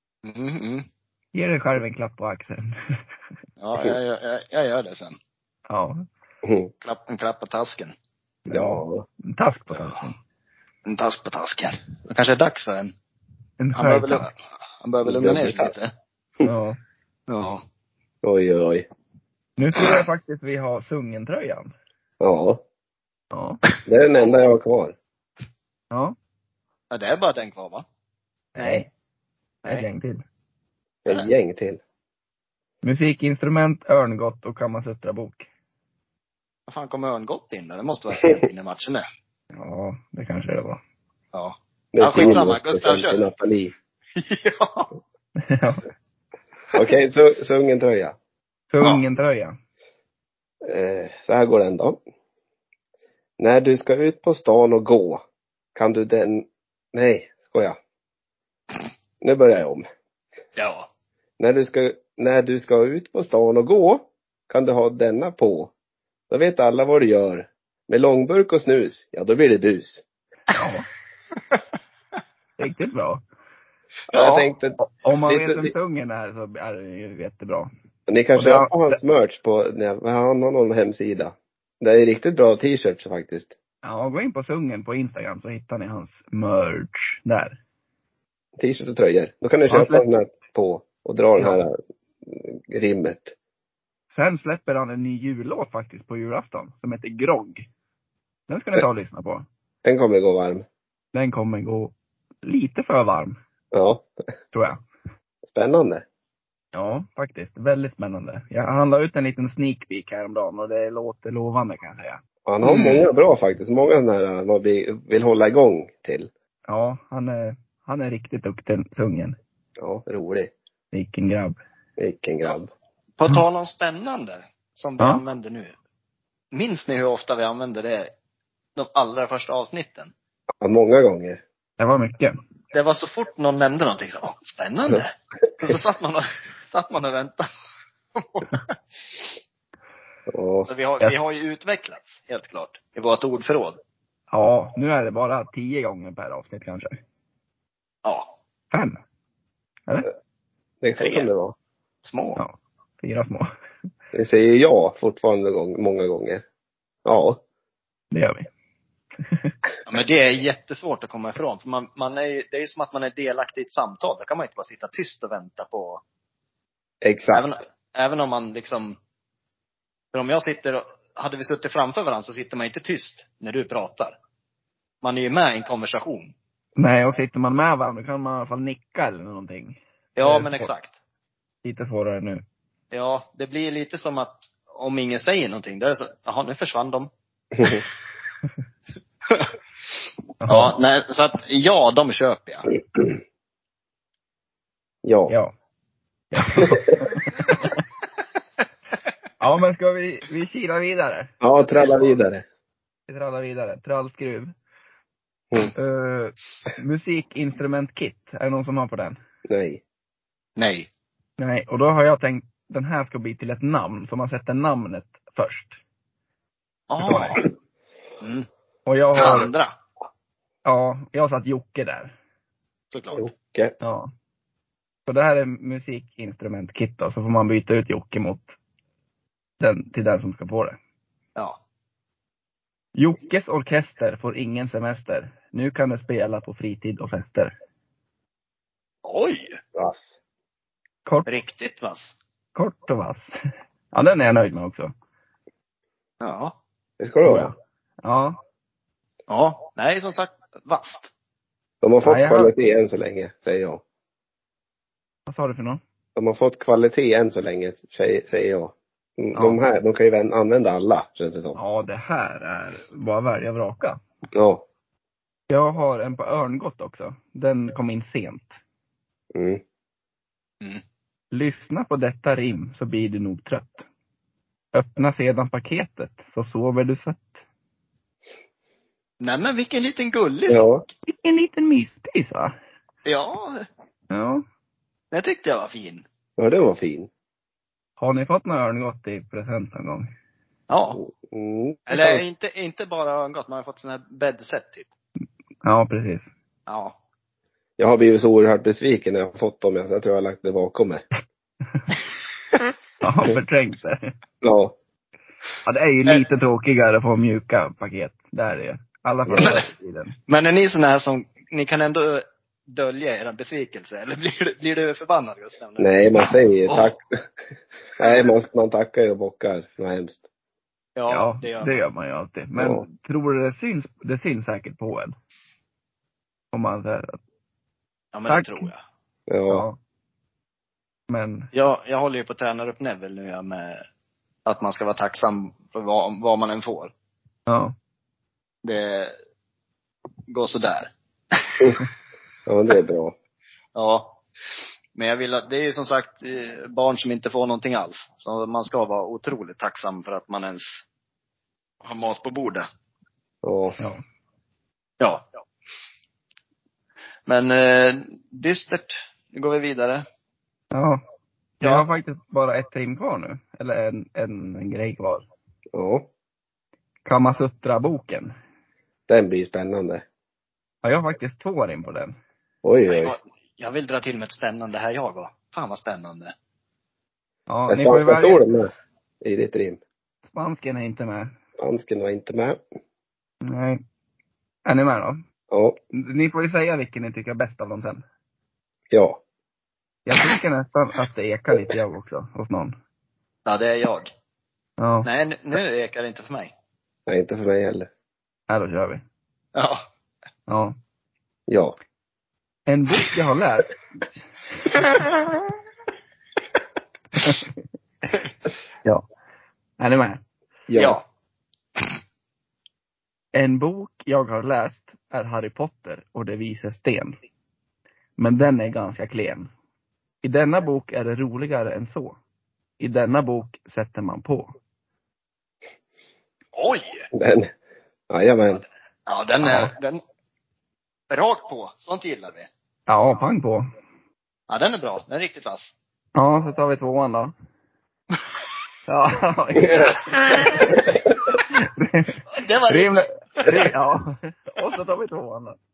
Speaker 1: Ge dig själv en klapp på axeln.
Speaker 2: Ja, jag gör det sen.
Speaker 1: Ja.
Speaker 2: En klapp på tasken.
Speaker 3: Ja.
Speaker 1: En task på tasken.
Speaker 2: En task på tasken. Det kanske är dags för en.
Speaker 1: En
Speaker 2: Han behöver
Speaker 1: självtask.
Speaker 2: lugna ner sig lite.
Speaker 1: Ja.
Speaker 2: Ja.
Speaker 3: Oj.
Speaker 1: Nu tror jag faktiskt vi har Sungen-tröjan.
Speaker 3: Ja.
Speaker 1: Ja.
Speaker 3: Det är den enda jag har kvar.
Speaker 1: Ja.
Speaker 2: Ja, det är bara den kvar, va?
Speaker 1: Nej. Ett gäng till.
Speaker 3: Ett gäng till.
Speaker 1: Musikinstrument, örngott och Kamasutra-bok.
Speaker 2: Vad fan kommer Örngott in då? Det måste vara sent in i matchen nu.
Speaker 1: Ja, det kanske det var.
Speaker 2: Ja.
Speaker 3: Det är
Speaker 2: Skitsamma. Gustav, kör.
Speaker 3: Nathalie.
Speaker 2: Ja.
Speaker 1: Ja.
Speaker 3: Okej, så ungen tröja.
Speaker 1: Sungen-tröja.
Speaker 3: Så här går den då. När du ska ut på stan och gå, kan du den... Nej, skoja. Nu börjar jag om.
Speaker 2: Ja.
Speaker 3: När du ska ut på stan och gå, kan du ha denna på. Då vet alla vad du gör. Med långburk och snus, ja då blir det dus.
Speaker 1: Ja. Riktigt bra.
Speaker 3: Ja. Jag tänkte...
Speaker 1: Om man
Speaker 3: lite,
Speaker 1: vet vem Sungen är så är det ju jättebra.
Speaker 3: Ni kanske har på hans merch på... Han har någon hemsida. Det är riktigt bra t-shirts faktiskt.
Speaker 1: Ja, gå in på Sungen på Instagram så hittar ni hans merch där.
Speaker 3: T-shirt och tröjor. Då kan ni köpa den här på och dra den här rimmet.
Speaker 1: Sen släpper han en ny jullåt faktiskt på julafton som heter Grogg. Den ska ni ta och lyssna på.
Speaker 3: Den kommer gå varm.
Speaker 1: Den kommer gå lite för varm.
Speaker 3: Ja.
Speaker 1: Tror jag.
Speaker 3: Spännande.
Speaker 1: Ja, faktiskt. Väldigt spännande. Han la ut en liten sneak peek häromdagen och det låter lovande kan jag säga.
Speaker 3: Han har många bra faktiskt. Många där man vill hålla igång till.
Speaker 1: Ja, han är riktigt duktig, Sungen.
Speaker 3: Ja, rolig.
Speaker 1: Vilken grabb.
Speaker 2: På tal om spännande, som vi använder nu. Minns ni hur ofta vi använder det de allra första avsnitten?
Speaker 3: Ja, många gånger.
Speaker 1: Det var mycket.
Speaker 2: Det var så fort någon nämnde någonting så, spännande. Och så satt man och väntade.
Speaker 3: Ja.
Speaker 2: Så vi har ju utvecklats, helt klart, i vårt ordförråd.
Speaker 1: Ja, nu är det bara 10 gånger per avsnitt kanske.
Speaker 2: Ja.
Speaker 1: 5. Eller?
Speaker 3: Det är så kan det vara.
Speaker 2: Små.
Speaker 1: Ja, 4 små.
Speaker 3: Det säger jag fortfarande många gånger. Ja.
Speaker 1: Det gör vi.
Speaker 2: Ja, men det är jättesvårt att komma ifrån. För det är ju som att man är delaktig i ett samtal. Då kan man inte bara sitta tyst och vänta på.
Speaker 3: Exakt.
Speaker 2: Även om man liksom. För om jag hade vi suttit framför varandra så sitter man inte tyst när du pratar. Man är ju med i en konversation.
Speaker 1: Nej, och sitter man med varandra kan man i alla fall nicka eller någonting.
Speaker 2: Ja, men exakt.
Speaker 1: Lite svårare nu.
Speaker 2: Ja, det blir lite som att om ingen säger någonting, då är det så, jaha, nu försvann de. Ja, nej, så att, de köper jag.
Speaker 3: Ja.
Speaker 1: Ja, men ska vi kila vidare?
Speaker 3: Ja, tralla vidare.
Speaker 1: Vi trallar vidare. Trallskruv. Musikinstrumentkit. Är det någon som har på den?
Speaker 3: Nej.
Speaker 1: Nej, och då har jag tänkt, den här ska bli till ett namn. Så man sätter namnet först. Och jag har...
Speaker 2: Andra.
Speaker 1: Ja, jag har satt Jocke där.
Speaker 2: Såklart.
Speaker 3: Jocke.
Speaker 1: Ja. Så det här är musikinstrumentkit då. Så får man byta ut Jocke mot till den som ska på det.
Speaker 2: Ja.
Speaker 1: Jockes orkester får ingen semester. Nu kan du spela på fritid och fester.
Speaker 2: Oj!
Speaker 3: Vass.
Speaker 2: Riktigt vass.
Speaker 1: Kort och vass. Ja, den är jag nöjd med också.
Speaker 2: Ja.
Speaker 3: Det ska du ha.
Speaker 1: Ja.
Speaker 2: Ja, nej som sagt, vasst.
Speaker 3: De har fått kvalitet än så länge, säger jag.
Speaker 1: Vad sa du för något?
Speaker 3: De har fått kvalitet än så länge, säger jag. De kan ju använda alla, känns det som.
Speaker 1: Ja, det här är bara välja vraka.
Speaker 3: Ja.
Speaker 1: Jag har en på örngott också. Den kom in sent. Lyssna på detta rim så blir du nog trött. Öppna sedan paketet så sover du sött.
Speaker 2: Nej men vilken liten gullig.
Speaker 3: Ja.
Speaker 1: Vilken liten myspys va?
Speaker 2: Ja.
Speaker 1: Ja.
Speaker 2: Det tyckte jag var fin.
Speaker 3: Ja, det var fin.
Speaker 1: Har ni fått några örngott i present någon gång?
Speaker 2: Ja.
Speaker 3: Mm.
Speaker 2: Eller inte bara örngott, man har fått sån här bäddset typ.
Speaker 1: Ja, precis.
Speaker 2: Ja.
Speaker 3: Jag har blivit så oerhört besviken när jag har fått dem. Så jag tror jag har lagt det bakom mig.
Speaker 1: Ja, förträngt det.
Speaker 3: Ja.
Speaker 1: Ja, det är ju lite tråkigare att få mjuka paket. Där är det. Alla får första tiden.
Speaker 2: Men är ni såna här som, ni kan ändå dölja era besvikelse? Eller blir du förbannad, Gustav?
Speaker 3: Nej, man säger tack. Nej, man tackar ju och bockar. Det var hemskt.
Speaker 2: Ja,
Speaker 1: det gör man ju alltid. Men tror du det syns säkert på en? Om man säger att,
Speaker 2: ja, men
Speaker 1: tack.
Speaker 2: det tror jag.
Speaker 3: Ja.
Speaker 1: Men.
Speaker 2: Jag håller ju på att träna upp Neville nu med att man ska vara tacksam för vad man än får.
Speaker 1: Ja.
Speaker 2: Det går sådär.
Speaker 3: Ja, det är bra.
Speaker 2: Ja. Men jag vill att, det är ju som sagt barn som inte får någonting alls. Så man ska vara otroligt tacksam för att man ens har mat på bordet.
Speaker 3: Ja.
Speaker 2: Ja. Men dystert. Nu går vi vidare.
Speaker 1: Ja. Jag har faktiskt bara ett rim kvar nu. Eller en grej kvar.
Speaker 3: Ja.
Speaker 1: Kamasutra-boken.
Speaker 3: Den blir spännande.
Speaker 1: Ja, jag har faktiskt 2 rim på den.
Speaker 3: Oj.
Speaker 2: Jag vill dra till med ett spännande här jag då. Fan vad spännande.
Speaker 1: Ja, ni får ju välja.
Speaker 3: Står med i ditt rim?
Speaker 1: Spansken är inte med.
Speaker 3: Spansken var inte med.
Speaker 1: Nej. Är ni med då?
Speaker 3: Ja.
Speaker 1: Ni får ju säga vilken ni tycker är bäst av dem sen.
Speaker 3: Ja.
Speaker 1: Jag tycker nästan att det ekar lite jag också, hos någon.
Speaker 2: Ja, det är jag.
Speaker 1: Ja.
Speaker 2: Nej, nu ekar det inte för mig.
Speaker 3: Nej, inte för mig heller.
Speaker 1: Ja, då kör vi.
Speaker 2: Ja.
Speaker 1: Ja.
Speaker 3: Ja.
Speaker 1: En bok jag har läst. Ja. Är ni med?
Speaker 2: Ja.
Speaker 1: En bok jag har läst är Harry Potter och det vises sten. Men den är ganska klen. I denna bok är det roligare än så. I denna bok sätter man på.
Speaker 2: Oj!
Speaker 3: Den. Jajamän.
Speaker 2: Ja, den är rakt på. Sånt gillar vi.
Speaker 1: Ja, pang på.
Speaker 2: Ja, den är bra. Den är riktigt vass.
Speaker 1: Ja, så tar vi 2:an då. Ja.
Speaker 2: Det var
Speaker 1: rimligt. Ja. Och så tar vi 2:an då.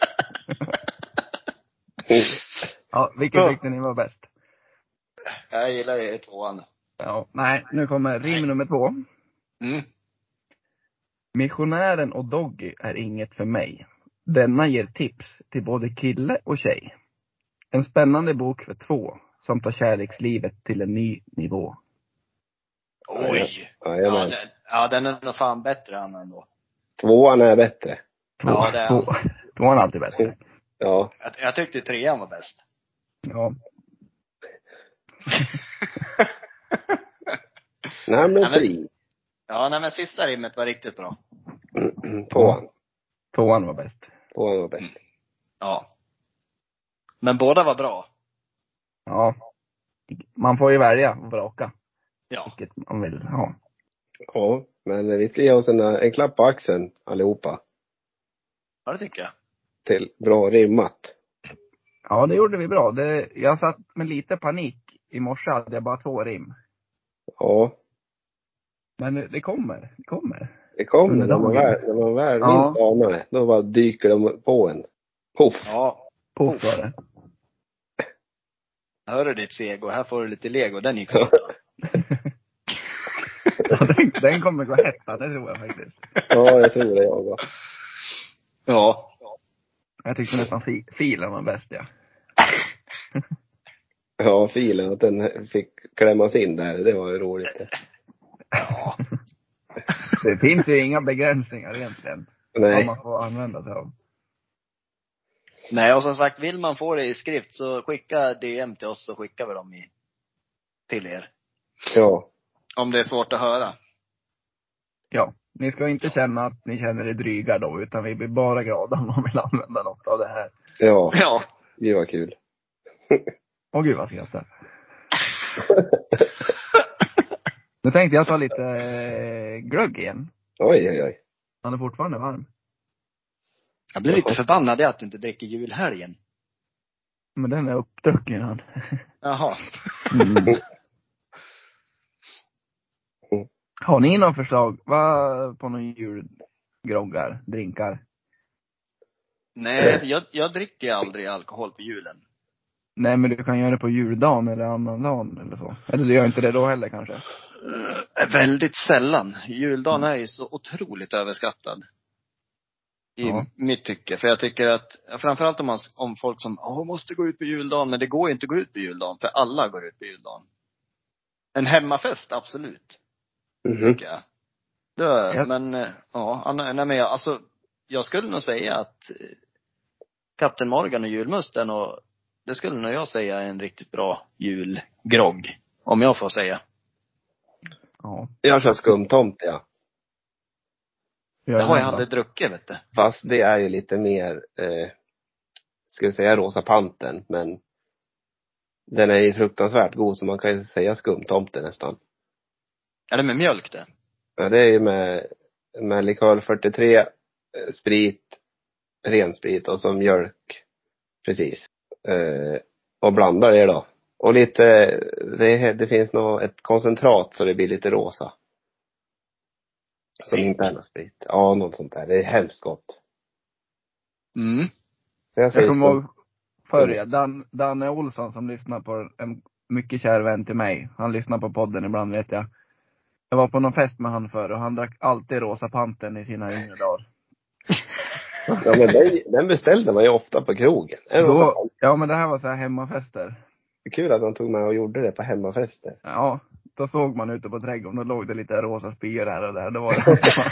Speaker 1: Ja, vilken tyckte ni var bäst?
Speaker 2: Jag gillar ju 2:an.
Speaker 1: Ja, nej, nu kommer rim nummer 2.
Speaker 2: Mm.
Speaker 1: Missionären och Doggy är inget för mig. Denna ger tips till både kille och tjej. En spännande bok för 2 som tar kärlekslivet till en ny nivå.
Speaker 2: Oj!
Speaker 3: Jajamän.
Speaker 2: Ja, den är nog fan bättre än ändå.
Speaker 3: 2:an är bättre.
Speaker 1: 2:an är alltid bäst.
Speaker 3: Ja.
Speaker 2: Jag tyckte 3:an var bäst.
Speaker 1: Ja.
Speaker 3: Nej, men fri.
Speaker 2: Ja, nej men sista rimmet var riktigt bra.
Speaker 3: 2:an.
Speaker 1: 2:an var bäst.
Speaker 3: 2:an var bäst.
Speaker 2: Ja. Men båda var bra.
Speaker 1: Ja. Man får ju välja och vraka.
Speaker 2: Ja.
Speaker 1: Vilket man vill ha.
Speaker 3: Ja, men vi ska ge oss en klapp på axeln allihopa.
Speaker 2: Ja, det tycker jag.
Speaker 3: Till bra rimmat.
Speaker 1: Ja, det gjorde vi bra. Jag satt med lite panik. I morse hade jag bara 2 rim.
Speaker 3: Ja.
Speaker 1: Men det kommer.
Speaker 3: Det kommer när man väl minst anar det. Då bara dyker de på en. Puff.
Speaker 2: Ja.
Speaker 1: Puff var det.
Speaker 2: Hör du ditt sego? Här får du lite lego. Den gick bort.
Speaker 1: Ja, den kommer gå hetta, det tror jag faktiskt.
Speaker 3: Ja, jag tror det jag.
Speaker 2: Ja.
Speaker 1: Jag tyckte nästan filen var bäst, ja.
Speaker 3: Ja, filen, att den fick klämmas in där. Det var ju roligt.
Speaker 2: Ja.
Speaker 1: Det finns ju inga begränsningar egentligen.
Speaker 3: Nej.
Speaker 1: Vad man får använda sig av.
Speaker 2: Nej, och som sagt, vill man få det i skrift så skicka DM till oss så skickar vi dem till er.
Speaker 3: Ja.
Speaker 2: Om det är svårt att höra.
Speaker 1: Ja, ni ska inte känna att ni känner er dryga då, utan vi blir bara glada om man vill använda något av det här.
Speaker 3: Ja. Det var kul.
Speaker 1: Åh gud vad skrattar. Nu tänkte jag ta lite glögg igen.
Speaker 3: Oj.
Speaker 1: Han är fortfarande varm.
Speaker 2: Jag blir lite förbannad i att du inte dricker julhelgen.
Speaker 1: Men den är uppdrucken han.
Speaker 2: Jaha.
Speaker 1: Mm. Har ni några förslag? Vad på någon julgroggar, drinkar?
Speaker 2: Nej, jag dricker aldrig alkohol på julen.
Speaker 1: Nej, men du kan göra det på juldagen eller annan dagen eller så. Eller du gör inte det då heller kanske?
Speaker 2: Väldigt sällan. Juldagen är ju så otroligt överskattad. I mitt tycke. För jag tycker att, framförallt om folk som, måste gå ut på juldagen. Men det går ju inte att gå ut på juldagen. För alla går ut på juldagen. En hemmafest, absolut. Tycker jag. Men, nej men jag skulle nog säga att Kapten Morgan och julmusten och det skulle nog jag säga är en riktigt bra julgrogg. Om jag får säga.
Speaker 1: Ja.
Speaker 3: Jag kör skumtomte, ja.
Speaker 2: Det har jag aldrig druckit, vet du.
Speaker 3: Fast det är ju lite mer, ska jag säga rosa panten, men den är ju fruktansvärt god så man kan ju säga skumtomte nästan.
Speaker 2: Är det med mjölk det?
Speaker 3: Ja, det är ju med likör 43, sprit, ren sprit och så mjölk. Precis. Och blandar det då. Och lite, det finns nog ett koncentrat så det blir lite rosa. Som inte är någon sprit. Ja, något sånt där. Det är hemskt gott.
Speaker 2: Mm.
Speaker 3: Så
Speaker 1: Jag kommer ihåg förr, Danne Olsson som lyssnar på en mycket kär vän till mig. Han lyssnar på podden ibland, vet jag. Jag var på någon fest med han förr och han drack alltid rosa panten i sina yngre dagar.
Speaker 3: Ja, men den beställde man ju ofta på krogen.
Speaker 1: Ja, men det här var så här hemmafester.
Speaker 3: Det är kul att de tog med och gjorde det på hemmafester.
Speaker 1: Ja, då såg man ute på trädgården och låg det lite rosa spyor här och där. Det var det.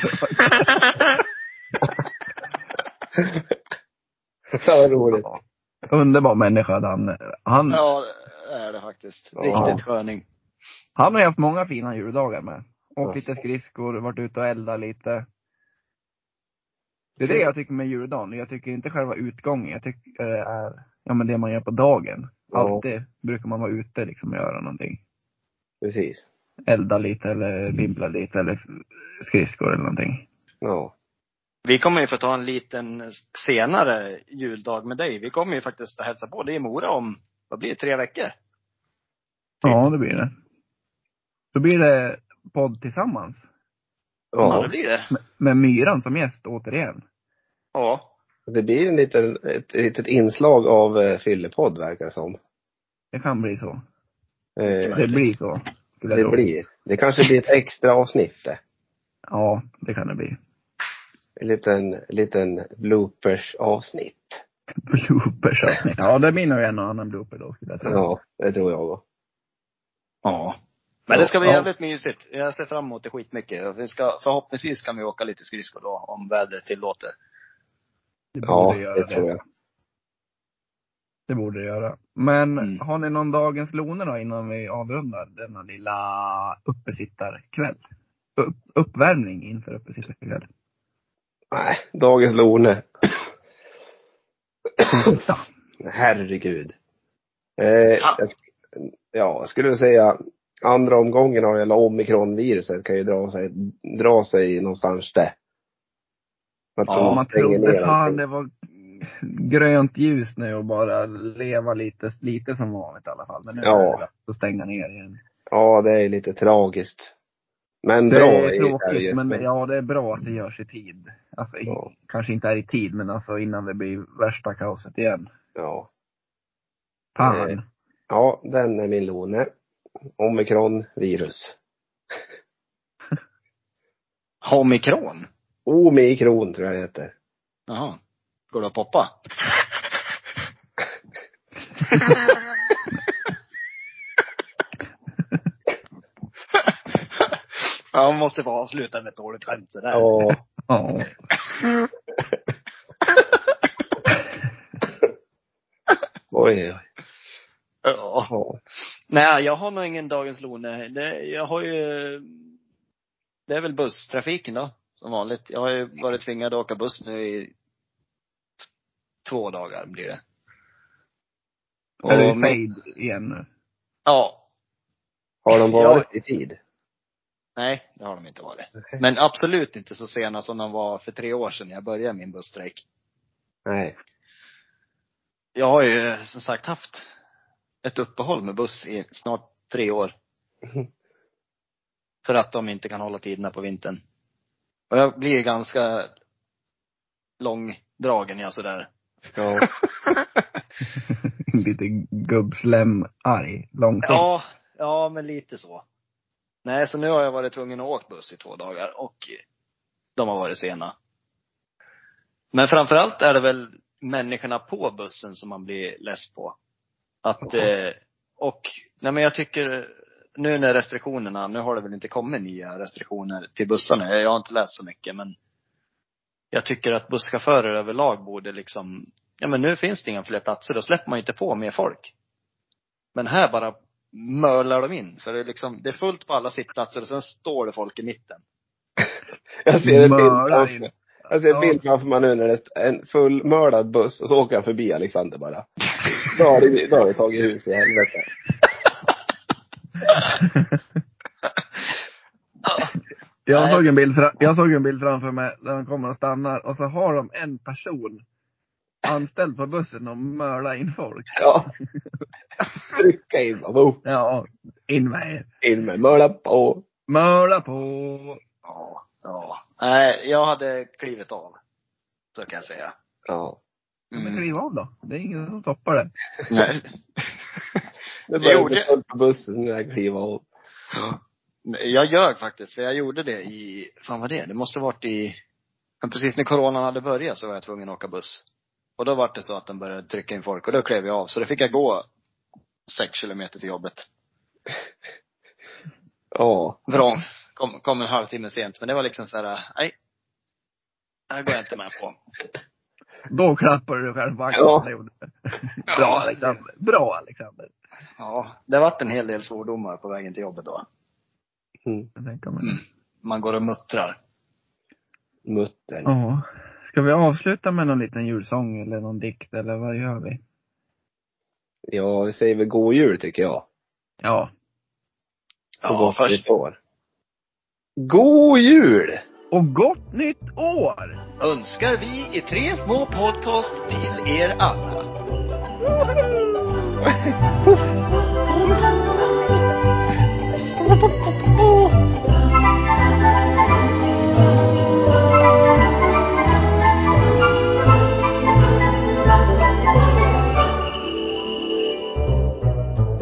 Speaker 3: Så var roligt.
Speaker 1: Ja. Underbar människa, Danne.
Speaker 2: Ja, det är det faktiskt. Riktigt sköning.
Speaker 1: Han har haft många fina juldagar med. Åkt lite skridskor, varit ute och eldat lite. Det är det jag tycker med juldagen. Jag tycker inte själva utgången. Jag tycker det är men det man gör på dagen. Alltid brukar man vara ute liksom och göra någonting.
Speaker 3: Precis.
Speaker 1: Elda lite eller bibbla lite eller skridskor eller någonting.
Speaker 3: Ja.
Speaker 2: Vi kommer ju få ta en liten senare juldag med dig. Vi kommer ju faktiskt att hälsa på dig i Mora om, vad blir det, 3 veckor?
Speaker 1: Ja, det blir det. Då blir det podd tillsammans.
Speaker 2: Ja, det blir det.
Speaker 1: Med Myran som gäst återigen.
Speaker 2: Ja.
Speaker 3: Det blir ett litet inslag av fyllepodd verkar det som.
Speaker 1: Det kan bli så. Det blir så.
Speaker 3: Det kanske blir ett extra avsnitt det.
Speaker 1: Ja, det kan det bli.
Speaker 3: En liten bloopers avsnitt.
Speaker 1: Bloopers avsnitt. Ja, det blir nog en och annan blooper då skulle jag säga.
Speaker 3: Ja, det tror jag också.
Speaker 2: Ja. Men det ska bli jävligt mysigt. Jag ser fram emot det skitmycket. Förhoppningsvis kan vi åka lite skridskor då, om vädret tillåter.
Speaker 1: Det borde göra
Speaker 3: det tror jag.
Speaker 1: Det borde det göra. Men har ni någon dagens loner då innan vi avrundar denna lilla uppesittarkväll? Uppvärmning inför uppesittarkväll.
Speaker 3: Nej, dagens lone. Herregud. Jag skulle säga andra omgången av hela omikronviruset kan ju dra sig någonstans där.
Speaker 1: Ja, man trodde fan det var grönt ljus nu och bara leva lite som vanligt i alla fall. Men nu är det att stänga ner igen.
Speaker 3: Ja, det är lite tragiskt. Men
Speaker 1: det
Speaker 3: bra
Speaker 1: är tråkigt,
Speaker 3: det
Speaker 1: men ja, det är bra att det görs i tid. Alltså kanske inte är i tid, men alltså innan det blir värsta kaoset igen.
Speaker 3: Ja.
Speaker 1: Fan.
Speaker 3: Ja, den är min lone. Omikron-virus.
Speaker 2: Omikron?
Speaker 3: Omikron tror jag det heter.
Speaker 2: Jaha. Går det att poppa? Ja, man måste få avsluta med ett dåligt skämt sådär.
Speaker 3: Ja. Oj.
Speaker 2: Ja. Nej, jag har nog ingen dagens lone. Jag har ju, det är väl busstrafiken då, som vanligt. Jag har ju varit tvingad att åka buss nu i 2 dagar blir det.
Speaker 1: Är det fejd igen nu?
Speaker 2: Ja.
Speaker 3: Har de varit i tid?
Speaker 2: Nej, det har de inte varit. Men absolut inte så sena som de var för 3 år sedan när jag började min busstrejk.
Speaker 3: Nej.
Speaker 2: Jag har ju som sagt haft ett uppehåll med buss i snart 3 år. För att de inte kan hålla tiderna på vintern. Och jag blir ganska långdragen, jag sådär.
Speaker 3: Ja.
Speaker 1: Lite gubbslem-arg. Långsamt.
Speaker 2: Ja, men lite så. Nej, så nu har jag varit tvungen att åka buss i 2 dagar. Och de har varit sena. Men framförallt är det väl människorna på bussen som man blir less på. Att, nej men jag tycker, nu när restriktionerna, nu har det väl inte kommit nya restriktioner till bussarna. Jag har inte läst så mycket, men jag tycker att busschaufförer överlag borde liksom, ja men nu finns det inga fler platser, då släpper man inte på mer folk. Men här bara mölar de in. Så det är liksom, det är fullt på alla sittplatser och sen står det folk i mitten.
Speaker 3: Jag ser en bild framför. Jag ser en bild framför mig nu när det är en fullmördad buss och så åker han förbi Alexander bara. Då har det tagit hus i helvete.
Speaker 1: Jag såg en bild framför mig där de kommer och stannar och så har de en person anställd på bussen och mördar in folk.
Speaker 3: Ja. Trycka in.
Speaker 1: Ja, in med.
Speaker 3: Mörda på.
Speaker 2: Ja. Nej, jag hade klivit av. Så kan jag säga.
Speaker 3: Ja.
Speaker 1: Men kliv av då. Det är ingen som toppar det.
Speaker 2: Nej.
Speaker 3: Det började bli fullt på bussen när jag kliva av.
Speaker 2: Ja. Jag ljög faktiskt. För jag gjorde det i, fan vad det måste ha varit i, men precis när coronan hade börjat så var jag tvungen att åka buss. Och då var det så att de började trycka in folk. Och då klev jag av. Så då fick jag gå 6 kilometer till jobbet.
Speaker 3: Ja.
Speaker 2: Bra. Kom en halvtimme sent. Men det var liksom så här, nej. Det här går jag inte med på.
Speaker 1: Då klappar du själv på
Speaker 3: axeln.
Speaker 1: Ja. Bra Alexander.
Speaker 2: Ja, det har varit en hel del svordomar på vägen till jobbet då. Man går och muttrar.
Speaker 3: Mutter.
Speaker 1: Ja. Ska vi avsluta med någon liten julsång eller någon dikt eller vad gör vi?
Speaker 3: Ja, vi säger väl god jul tycker jag.
Speaker 1: Ja.
Speaker 2: Ja, först.
Speaker 3: God jul!
Speaker 1: Och gott nytt år!
Speaker 2: Önskar vi i 3 små podcast till er alla.
Speaker 3: Puff.